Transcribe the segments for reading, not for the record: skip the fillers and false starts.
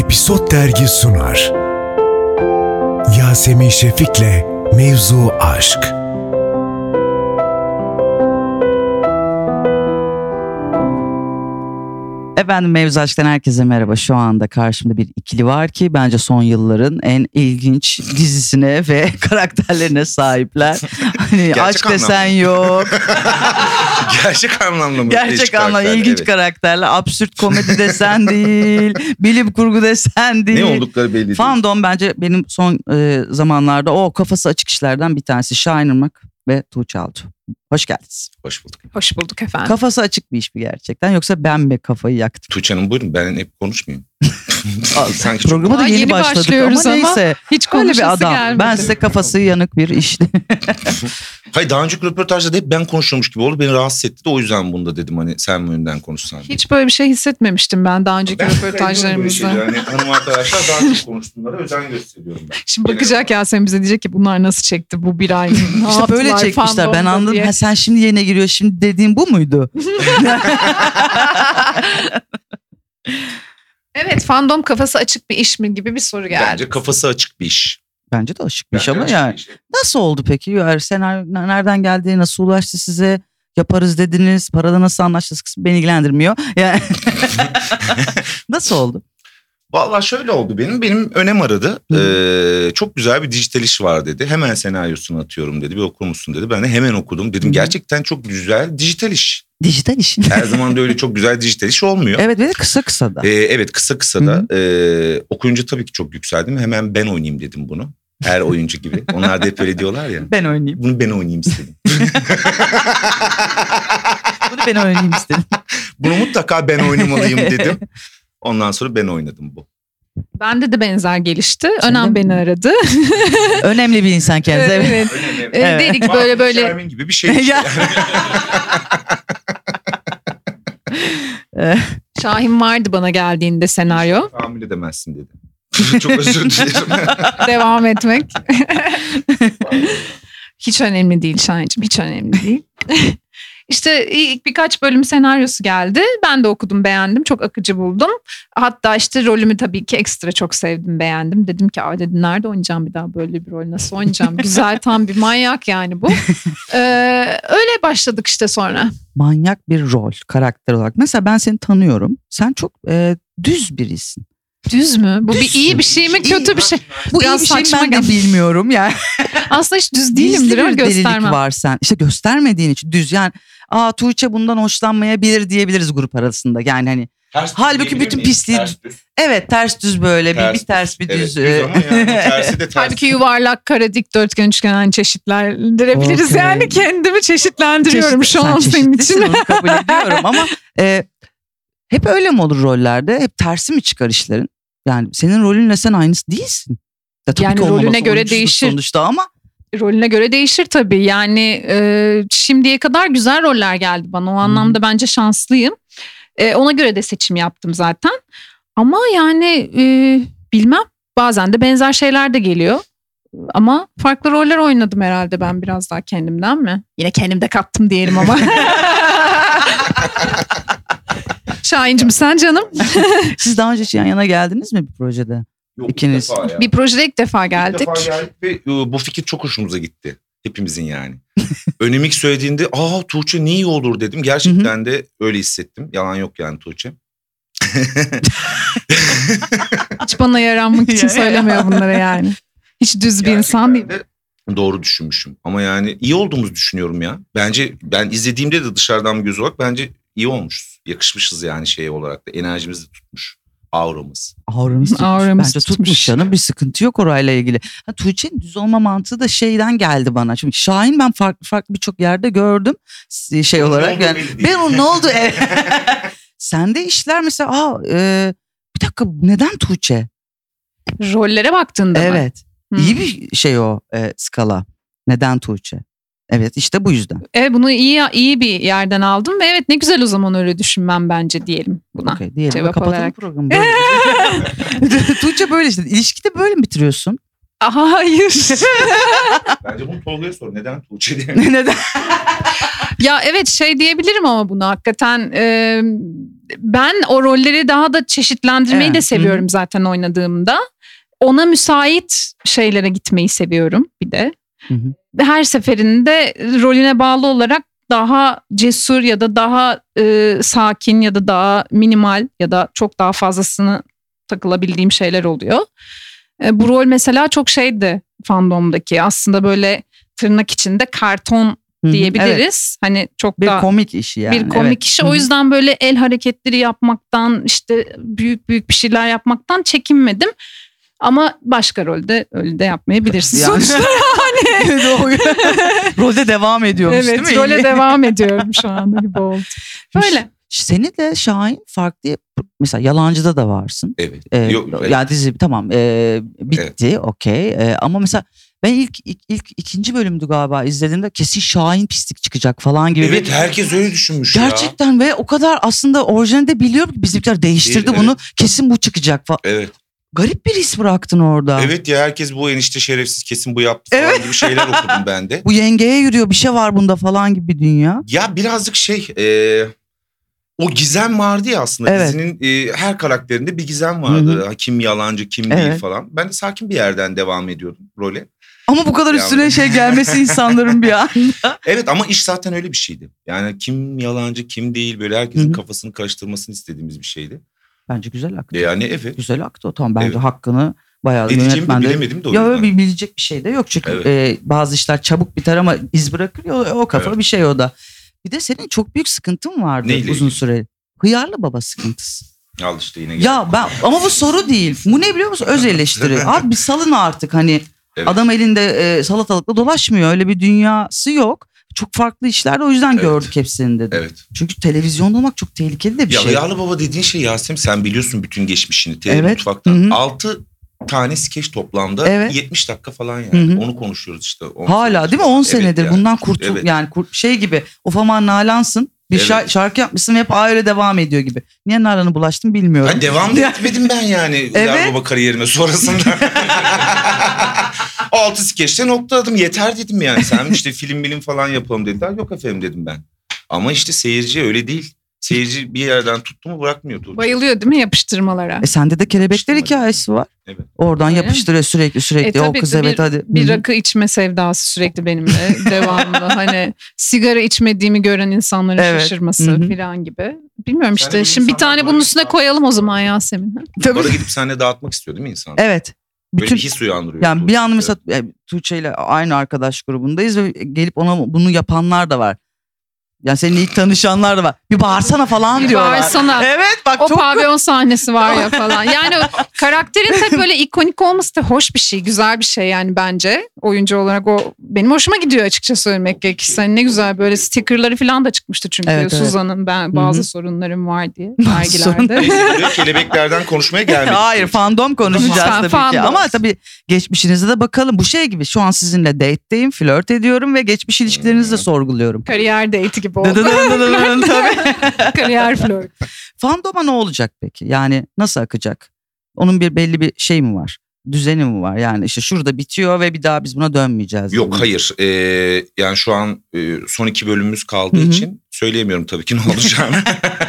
Episod Dergi sunar. Yasemin Şefik'le Mevzu Aşk. Efendim, Mevzu Aşk'tan herkese merhaba. Şu anda karşımda bir ikili var ki bence son yılların en ilginç dizisine ve karakterlerine sahipler. Hani Gerçek aşk anlamda. desen yok. Gerçek anlamda mı? Gerçek anlamda karakterler, ilginç evet. karakterler. Absürt komedi desen değil. Bilim kurgu desen değil. Ne oldukları belli değil. Fandom bence benim son zamanlarda o kafası açık işlerden bir tanesi. Şahin Irmak ve Tuğçe Altuğ. Hoş geldiniz. Hoş bulduk. Hoş bulduk efendim. Kafası açık bir iş mi gerçekten, yoksa ben mi kafayı yaktım? Tuğçe Hanım buyurun, ben hep konuşmayayım. Sanki çok... Programa da Daha yeni yeni başladık başlıyoruz ama ama neyse. hiç Öyle konuşası bir adam. gelmedi. Ben size kafası yanık bir işte. Hayır, daha önceki röportajda da hep ben konuşuyormuş gibi oldu. Beni rahatsız etti de o yüzden bunu da dedim, hani sen mi önden konuşsan diye. Hiç böyle bir şey hissetmemiştim ben daha önceki röportajlarımızda. Yani hanım arkadaşlar daha çok konuştuğumlara özen gösteriyorum ben. Şimdi bakacak Yasemin bize diyecek ki bunlar nasıl çekti bu bir ay. İşte böyle çekmişler. Ben anladım. Ha, sen şimdi yerine giriyor. Şimdi dediğin bu muydu? Evet, fandom kafası açık bir iş mi gibi bir soru geldi. Bence kafası açık bir iş. Bence de açık bir iş Bence ama açık yani. bir iş. Nasıl oldu peki? Yani senaryo nereden geldi? Nasıl ulaştı size? Yaparız dediniz. Parada nasıl anlaştınız kısmı beni ilgilendirmiyor. Yani nasıl oldu? Vallahi şöyle oldu benim önem aradı. Çok güzel bir dijital iş var dedi. Hemen senaryosunu atıyorum dedi. Bir okur musun dedi. Ben de hemen okudum. Dedim gerçekten çok güzel dijital iş. Dijital iş. Her zaman da öyle çok güzel dijital iş olmuyor. Evet, ve de kısa kısa da. Evet, kısa kısa da. Okuyunca tabii ki çok yükseldim. Hemen ben oynayayım dedim bunu. Her oyuncu gibi. Onlar da hep öyle diyorlar ya. Ben oynayayım. Bunu ben oynayayım istedim. Bunu ben oynayayım istedim. Bunu mutlaka ben oynamalıyım dedim. Ondan sonra ben oynadım bu. Bende de benzer gelişti. Senin Önem de beni mi? aradı. Önemli bir insan kendisi. Evet. Evet. Evet. Dedik böyle. Şermin gibi bir şey işte. Ya. Şahin vardı bana geldiğinde senaryo. Tahammül edemezsin dedi. Çok özür dilerim. Devam etmek. Hiç önemli değil Şahin'cim, hiç önemli değil. İşte ilk birkaç bölüm senaryosu geldi. Ben de okudum, beğendim. Çok akıcı buldum. Hatta işte rolümü tabii ki ekstra çok sevdim, beğendim. Dedim ki dedim, nerede oynayacağım bir daha böyle bir rol? Nasıl oynayacağım? Güzel, tam bir manyak yani bu. Öyle başladık işte sonra. Manyak bir rol, karakter olarak. Mesela ben seni tanıyorum. Sen çok düz birisin. Düz mü? Bu bir iyi bir şey mi, İyi. kötü bir şey? Bu Biraz iyi bir şey mi saçma ben de geldi. bilmiyorum yani. Aslında hiç düz değilimdir Gizli ama bir delilik göstermem. var sen. İşte göstermediğin için düz. Yani Tuğçe bundan hoşlanmayabilir diyebiliriz grup arasında. Yani hani halbuki bütün pisliği... Evet, ters düz böyle bir ters bir düz. Evet, düz ama yani tersi de ters. Halbuki yuvarlak, kare, dikdörtgen, üçgen hani çeşitlendirebiliriz. Okey. Yani kendimi çeşitlendiriyorum şu an Sen senin çeşitlisin, için. onu kabul ediyorum ama hep öyle mi olur rollerde? Hep tersi mi çıkar işlerin? Yani senin rolünle sen aynısı değilsin. Ya tabii Yani ki olmaması rolüne göre oyunculuk değişir. sonuçta ama Rolüne göre değişir tabii. Yani şimdiye kadar güzel roller geldi bana. O anlamda bence şanslıyım. Ona göre de seçim yaptım zaten. Ama yani bilmem. Bazen de benzer şeyler de geliyor. Ama farklı roller oynadım herhalde ben biraz daha kendimden mi? Yine kendimde kattım diyelim ama. Şahincim sen canım. siz daha önce hiç yan yana geldiniz mi bir projede? Yok, İkiniz. ilk defa ya. Bir projede ilk defa geldik. İlk defa geldik ve bu fikir çok hoşumuza gitti. Hepimizin yani. Önemik söylediğinde Tuğçe ne iyi olur dedim. Gerçekten de öyle hissettim. Yalan yok yani Tuğçe. Hiç bana yaranmak için söylemiyor bunları yani. Hiç düz bir insan değil. Gerçekten de doğru düşünmüşüm. Ama yani iyi olduğumuzu düşünüyorum ya. Bence ben izlediğimde de dışarıdan bir göz olarak bence iyi olmuşuz. Yakışmışız yani şey olarak da. Enerjimiz de tutmuş. Auramız. Auramız tutmuş. Auramız Bence tutmuş. tutmuş canım, bir sıkıntı yok orayla ilgili. Tuğçe'nin düz olma mantığı da şeyden geldi bana. Çünkü Şahin ben farklı birçok yerde gördüm şey olarak. Yani, ben onun ne oldu? Sende işler mesela bir dakika, neden Tuğçe? Rollere baktığında mı? Evet. İyi bir şey o skala. Neden Tuğçe? Evet, işte bu yüzden. Evet, bunu iyi bir yerden aldım ve evet, ne güzel o zaman öyle düşünmem bence diyelim buna. Okay, diyelim. Cevap Kapatalım olarak. programı. Tuğçe böyle işte. İlişkide böyle mi bitiriyorsun? Hayır. Bence bunu Tolga'ya sor. Neden Tuğçe diye. Neden? Ya evet şey diyebilirim ama bunu hakikaten ben o rolleri daha da çeşitlendirmeyi Evet. de seviyorum zaten oynadığımda. Ona müsait şeylere gitmeyi seviyorum bir de. Hı hı. Her seferinde rolüne bağlı olarak daha cesur ya da daha sakin ya da daha minimal ya da çok daha fazlasını takılabildiğim şeyler oluyor. Bu rol mesela çok şeydi fandomdaki, aslında böyle tırnak içinde karton Hı hı, diyebiliriz. Hani çok Bir da komik işi yani. bir komik evet. işi. Hı O hı. yüzden böyle el hareketleri yapmaktan, işte büyük büyük bir şeyler yapmaktan çekinmedim. Ama başka rolde öyle de yapmayabilirsin. Yani- Sonuçta Rolde devam ediyormuş evet, değil mi? role devam ediyorum şu anda gibi oldu. Böyle. Seni de Şahin farklı, mesela Yalancı'da da varsın. Evet. Ee, Yok, evet. Ya dizi tamam bitti okey. Ama mesela ben ilk ikinci bölümdü galiba izlediğimde kesin Şahin pislik çıkacak falan gibi. Evet, herkes öyle düşünmüş ya. Gerçekten ve o kadar aslında orijinalde biliyorum ki bizimkiler değiştirdi Değil, bunu. Kesin bu çıkacak falan. Evet. Garip bir his bıraktın orada. Evet ya, herkes bu enişte şerefsiz kesin bu yaptı falan gibi şeyler okudum ben de. Bu yengeye yürüyor, bir şey var bunda falan gibi bir dünya. Ya birazcık o gizem vardı ya aslında. Evet. Dizinin her karakterinde bir gizem vardı. Hı hı. Kim yalancı, kim değil Evet. falan. Ben de sakin bir yerden devam ediyordum role. Ama bu kadar üstüne şey gelmesi insanların bir anda. Evet, ama iş zaten öyle bir şeydi. Yani kim yalancı, kim değil, böyle herkesin Hı hı. kafasını karıştırmasını istediğimiz bir şeydi. Bence güzel aktı. Yani evet. Güzel aktı o, tamam. Bence Evet. hakkını bayağı Ne diyeceğimi de yönetmen de... bilemedim de o Ya yüzden. öyle bilecek bir şey de yok. Çünkü Evet. bazı işler çabuk biter ama iz bırakır ya, o kafa Evet. bir şey o da. Bir de senin çok büyük sıkıntın vardı Neyle uzun ilgili? süre. Hıyarlı baba sıkıntısı. Al işte yine geldi. Ya ben ama bu soru değil. Bu ne biliyor musun? Öz eleştiri. Abi bir salın artık hani. Evet. Adam elinde salatalıkla dolaşmıyor. Öyle bir dünyası yok. Çok farklı işlerde, o yüzden Evet. gördük hepsini dedi. Evet. Çünkü televizyonda olmak çok tehlikeli de bir Ya şey. Hıyarlı Baba dediğin şey Yasemin, sen biliyorsun bütün geçmişini. TV Evet. Mutfak'tan. Hı hı. 6 tane skeç toplamda Evet. 70 dakika falan yani. Hı hı. Onu konuşuyoruz işte. 10 Hala senedir. değil mi? 10 Evet senedir yani. bundan kurtul Evet. yani şey gibi. Ufaman Nalan'sın. Bir Evet. şarkı yapmışsın ve hep öyle devam ediyor gibi. Niye Nalan'ı bulaştım bilmiyorum. Ben devam da etmedim ben yani Hıyarlı Evet. Baba kariyerime sonrasında. 6 skeçte noktaladım, yeter dedim yani. Sen işte film falan yapalım dediler. Yok efendim dedim ben. Ama işte seyirci öyle değil. Seyirci bir yerden tuttu mu bırakmıyor Tuğçe. Bayılıyor değil mi yapıştırmalara? Sende de kelebekler Yapıştırma. hikayesi var. Evet. Oradan Öyle yapıştırıyor sürekli. O tabii kız ki evet hadi. Bir Hı hı. rakı içme sevdası sürekli benimle devamlı. Hani sigara içmediğimi gören insanların Evet. şaşırması Hı hı. falan gibi. Bilmiyorum Sen de işte. bu Şimdi bir insanlar tane bunun böyle üstüne insan- koyalım o zaman Yasemin. Tabii. Bara gidip seninle dağıtmak istiyor değil mi insan? Evet. Böyle Bütün bir his uyandırıyor. yani bir Tuğçe. anda mesela Tuğçe ile aynı arkadaş grubundayız ve gelip ona bunu yapanlar da var. Yani seninle ilk tanışanlar da var. Bir bağırsana falan Bir diyorlar. bağırsana. Evet bak O çok pavyon sahnesi var ya falan. Yani o karakterin tabii böyle ikonik olması da hoş bir şey. Güzel bir şey yani bence. Oyuncu olarak o benim hoşuma gidiyor açıkça söylemek gerekirse. Hani ne güzel böyle stickerları falan da çıkmıştı çünkü. Evet, evet. Suzan'ın ben bazı sorunlarım var diye Bazı dergilerde. Neyse, buraya kelebeklerden konuşmaya gelmedik. Hayır, fandom konuşacağız Lütfen, tabii ki. fandom. Ama tabii geçmişinize de bakalım. Bu şey gibi, şu an sizinle date'teyim, flört ediyorum ve geçmiş ilişkilerinizi de sorguluyorum. Kariyer date gibi oldu. Tabii. Kariyer flört. Fandom'a ne olacak peki? Yani nasıl akacak? Onun bir belli bir şey mi var? Düzeni mi var? Yani işte şurada bitiyor ve bir daha biz buna dönmeyeceğiz. Yok hayır. Yani şu an son 2 bölümümüz kaldığı Hı hı. için söyleyemiyorum tabii ki ne olacağını.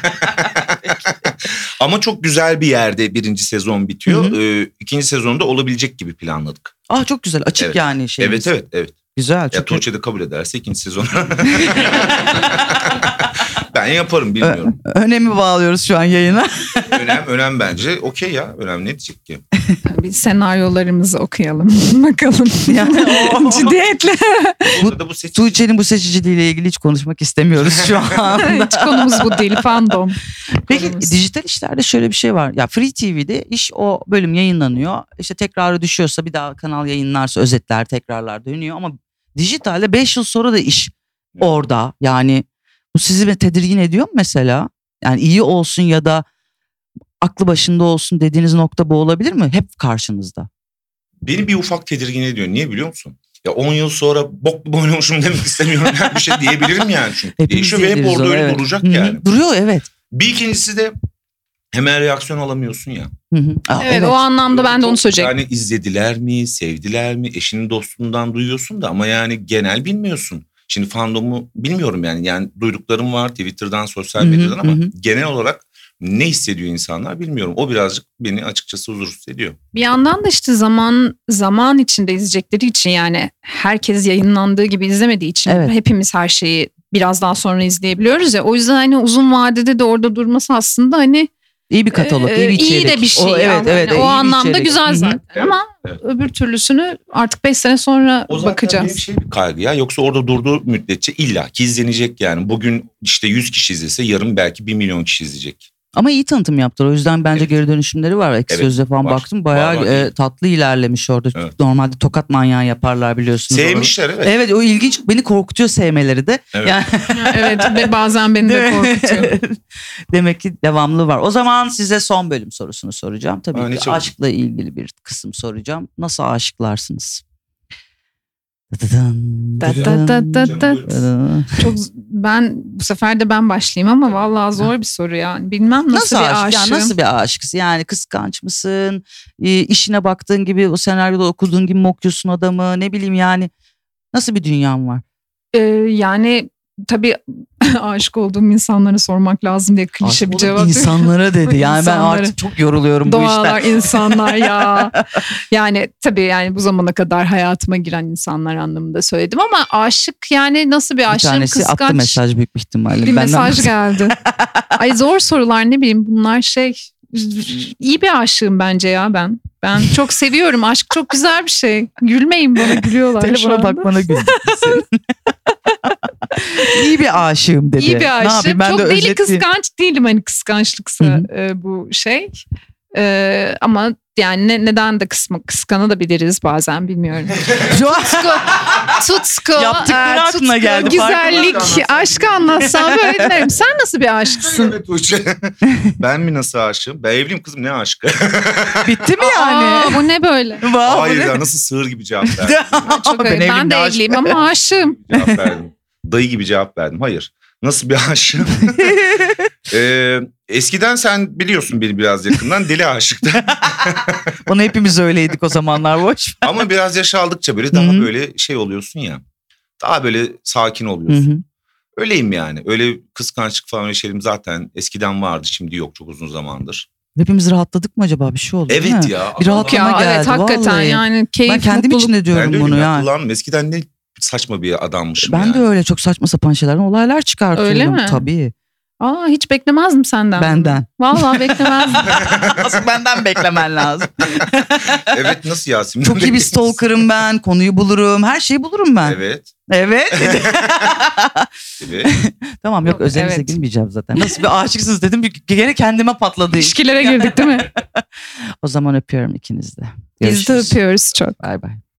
Ama çok güzel bir yerde 1. sezon bitiyor. Hı 2. sezonda olabilecek gibi planladık. Ah çok güzel, açık Evet. yani şeyimiz. Evet. Güzel. Ya Çok Tuğçe de kabul ederse 2. sezon. Ben yaparım, bilmiyorum. önemi bağlıyoruz şu an yayına. Önem bence. Okey ya. Önem ne diyecek ki? Bir senaryolarımızı okuyalım. Bakalım. Yani Ciddiyetle. Burada da bu seçim. Tuğçe'nin bu seçiciliğiyle ilgili hiç konuşmak istemiyoruz şu anda. Hiç konumuz bu değil. Fandom. Peki konumuz. dijital işlerde şöyle bir şey var. Ya Free TV'de iş, o bölüm yayınlanıyor. İşte tekrarı düşüyorsa bir daha kanal yayınlarsa özetler, tekrarlar dönüyor. Ama dijitalde 5 yıl sonra da iş orada. Yani bu sizi bir tedirgin ediyor mu mesela? Yani iyi olsun ya da aklı başında olsun dediğiniz nokta bu olabilir mi? Hep karşınızda. Beni bir ufak tedirgin ediyor. Niye biliyor musun? Ya 10 yıl sonra bok gibi oynamışım demek istemiyorum. Yani bir şey diyebilirim yani çünkü. Hepimiz Değişiyor ve hep diyebiliriz orada ona, öyle evet. duracak Hı hı. yani. Duruyor evet. Bir ikincisi de hemen reaksiyon alamıyorsun ya. Hı hı. Aa, Evet, o anlamda ben de onu Çok söyleyecektim. Yani izlediler mi, sevdiler mi, eşinin dostundan duyuyorsun da ama yani genel bilmiyorsun. Şimdi fandomu bilmiyorum yani. Yani duyduklarım var Twitter'dan, sosyal Hı hı, medyadan ama hı hı. genel olarak ne hissediyor insanlar bilmiyorum. O birazcık beni açıkçası huzursuz ediyor. Bir yandan da işte zaman içinde izleyecekleri için, yani herkes yayınlandığı gibi izlemediği için Evet. hepimiz her şeyi biraz daha sonra izleyebiliyoruz ya. O yüzden hani uzun vadede de orada durması aslında hani İyi bir katalog, iyi bir içerik. iyi de bir şey. O, evet, Yani evet, o iyi bir anlamda içerik. güzel Hı hı. zaten. Evet, Ama evet. öbür türlüsünü artık 5 sene sonra O zaten bakacağız. bir şey bir kaygı ya. Yoksa orada durduğu müddetçe illaki izlenecek yani. Bugün işte 100 kişi izlese yarın belki 1 milyon kişi izleyecek. Ama iyi tanıtım yaptılar. O yüzden bence Evet. geri dönüşümleri var. Ekşi Evet, Sözlüğe falan var. baktım. Bayağı Var. tatlı ilerlemiş orada. Evet. Normalde tokat manyağı yaparlar biliyorsunuz. Sevmişler evet. Evet, o ilginç. Beni korkutuyor sevmeleri de. Evet. Yani, Evet ve bazen beni de korkutuyor. demek ki devamlı var. O zaman size son bölüm sorusunu soracağım. Tabii Ne ki çabuk. aşkla ilgili bir kısım soracağım. Nasıl aşıklarsınız? Dıdıdın, Da dıdıdın, da da da da. dıdıdın. Çok ben bu sefer de ben başlayayım ama vallahi zor bir soru yani. Bilmem nasıl bir aşık? aşığım. Yani nasıl bir aşıksın? Yani kıskanç mısın? İşine baktığın gibi, o senaryoda okuduğun gibi mi okuyorsun adamı? Ne bileyim yani. Nasıl bir dünyan var? Yani tabii aşık olduğum insanlara sormak lazım diye klişe Aşık bir olduğum cevap. insanlara dedi. Yani ben İnsanlara. artık çok yoruluyorum bu Doğalar, işten. insanlar ya. Yani tabii yani bu zamana kadar hayatıma giren insanlar anlamında söyledim ama aşık yani nasıl bir Bir aşığım? tanesi attı Kıskanç mesaj büyük bir ihtimalle. bir Benden mesaj geldi. Ay zor sorular, ne bileyim bunlar iyi bir aşığım bence ya ben. Ben çok seviyorum. Aşk çok güzel bir şey. Gülmeyin bana, gülüyorlar şu Telefona anda. bakmana güldüm. İyi bir aşığım dedi. İyi bir Ne aşığım. yapayım, ben Çok de deli özetleyeyim. kıskanç değilim hani kıskançlıksa Hı bu şey. Ama yani neden de kıskanabiliriz bazen, bilmiyorum. Şu an Tutku, Yaptıkları aklına tutku, geldi, güzellik, farkında. aşk anlatsam böyle dinlerim. Sen nasıl bir aşıksın? Evet, Tuğçe. Ben mi nasıl aşığım? Ben evliyim kızım, ne aşkı? bitti mi yani? Aa, bu ne böyle? Vav, Hayır bu ne? ya, nasıl sığır gibi cevap verdim. Çok ben, evliyim de aşk. evliyim ama aşığım. Cevap verdim. Dayı gibi cevap verdim. Hayır. Nasıl bir aşığım? Eskiden sen biliyorsun beni biraz yakından, deli aşıktı. Onu hepimiz öyleydik o zamanlar, boş. Ama biraz yaş aldıkça böyle daha Hı-hı. böyle şey oluyorsun ya. Daha böyle sakin Hı oluyorsun. hı. Öyleyim yani. Öyle kıskançlık falan öyle şeylerim zaten eskiden vardı. Şimdi yok, çok uzun zamandır. Hepimiz rahatladık mı acaba, bir şey oldu değil Evet mi? ya. Bir rahat- Ya Aklıma evet geldi, hakikaten vallahi. yani keyif, Ben kendim mutluluk. için de Ben diyorum de bunu öyleyim ya. ya. Kulağım eskiden ne saçma bir adammışım Ben yani. de öyle çok saçma sapan şeylerden olaylar çıkartıyorum. Öyle mi? Tabii. Aa, hiç beklemezdim senden. Benden. Vallahi beklemezdim. Asıl benden beklemen lazım. Evet, nasıl Yasemin? Çok iyi bir stalker'ım ben. Konuyu bulurum. Her şeyi bulurum ben. Evet. Evet. Evet. Tamam, yok, Yok, özelinize evet. girmeyeceğim zaten. Nasıl bir aşıksınız dedim. Gene kendime patladı. İlişkilere girdik değil mi? O zaman öpüyorum ikiniz de. Biz de Görüşürüz. öpüyoruz çok. Bay bay.